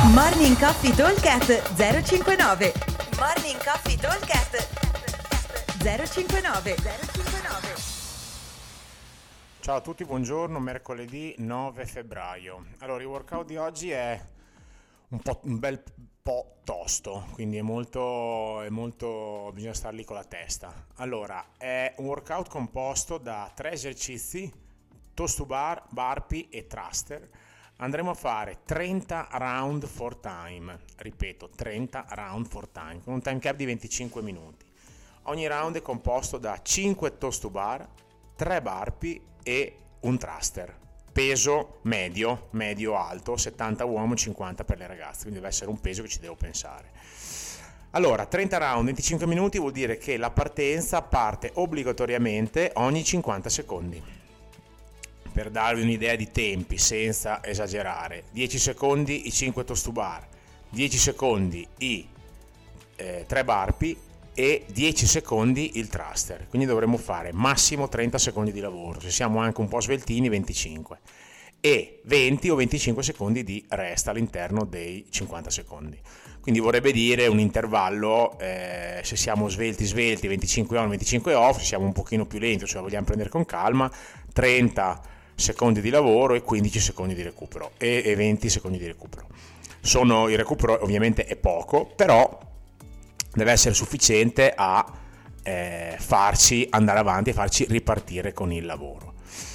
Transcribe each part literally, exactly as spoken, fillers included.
Morning Coffee Talkcast zero cinquantanove. Morning Coffee Talkcast zero cinquantanove. Ciao a tutti, buongiorno, mercoledì nove febbraio. Allora, il workout di oggi è un, po', un bel po' tosto, quindi è molto, è molto, bisogna star lì con la testa. Allora, è un workout composto da tre esercizi, toes to bar, burpee e thruster. Andremo a fare trenta round for time, ripeto, trenta round for time, con un time cap di venticinque minuti. Ogni round è composto da cinque toes to bar, tre burpee e un thruster. Peso medio, medio-alto, settanta uomo, cinquanta per le ragazze, quindi deve essere un peso che ci devo pensare. Allora, trenta round, venticinque minuti vuol dire che la partenza parte obbligatoriamente ogni cinquanta secondi. Per darvi un'idea di tempi senza esagerare, dieci secondi i cinque toes to bar, dieci secondi i eh, tre burpee e dieci secondi il thruster, quindi dovremo fare massimo trenta secondi di lavoro, se siamo anche un po' sveltini venticinque, e venti o venticinque secondi di rest all'interno dei cinquanta secondi. Quindi vorrebbe dire un intervallo, eh, se siamo svelti svelti venticinque on, venticinque off, se siamo un pochino più lenti, cioè vogliamo prendere con calma, trenta secondi di lavoro e quindici secondi di recupero e, e venti secondi di recupero. Sono, il recupero ovviamente è poco, però deve essere sufficiente a eh, farci andare avanti e farci ripartire con il lavoro.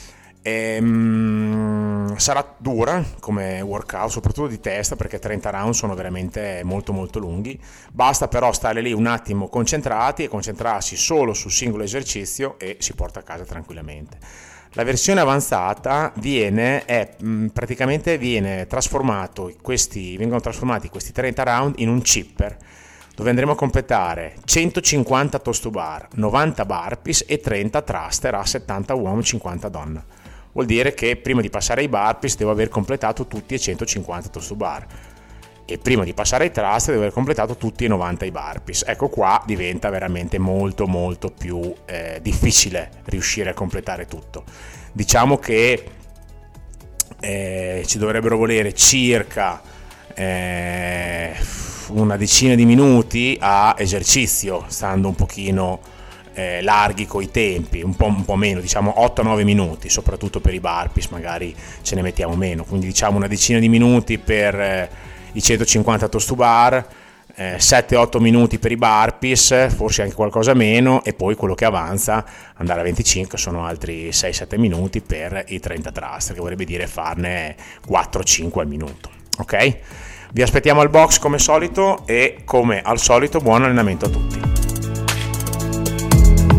Ehm, sarà dura come workout, soprattutto di testa, perché trenta round sono veramente molto molto lunghi. Basta però stare lì un attimo concentrati e concentrarsi solo sul singolo esercizio e si porta a casa tranquillamente. La versione avanzata viene, è, mh, praticamente viene trasformato, questi, vengono trasformati questi trenta round in un chipper, dove andremo a completare centocinquanta toes to bar, novanta burpees e trenta thruster a settanta uomo, cinquanta donna. Vuol dire che prima di passare ai burpees devo aver completato tutti i centocinquanta toes to bar e prima di passare ai thruster devo aver completato tutti i novanta i burpees. Ecco, qua diventa veramente molto molto più eh, difficile riuscire a completare tutto. Diciamo che eh, ci dovrebbero volere circa eh, una decina di minuti a esercizio, stando un pochino eh, larghi coi tempi, un po', un po' meno, diciamo otto nove minuti, soprattutto per i burpees magari ce ne mettiamo meno, quindi diciamo una decina di minuti per eh, i centocinquanta toes to bar, eh, sette otto minuti per i burpees, forse anche qualcosa meno, e poi quello che avanza, andare a venticinque, sono altri sei sette minuti per i trenta thruster, che vorrebbe dire farne quattro cinque al minuto. Ok? Vi aspettiamo al box come solito e come al solito buon allenamento a tutti.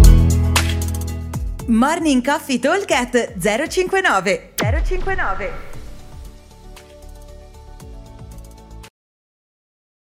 Morning Coffee Talkcast zero cinquantanove.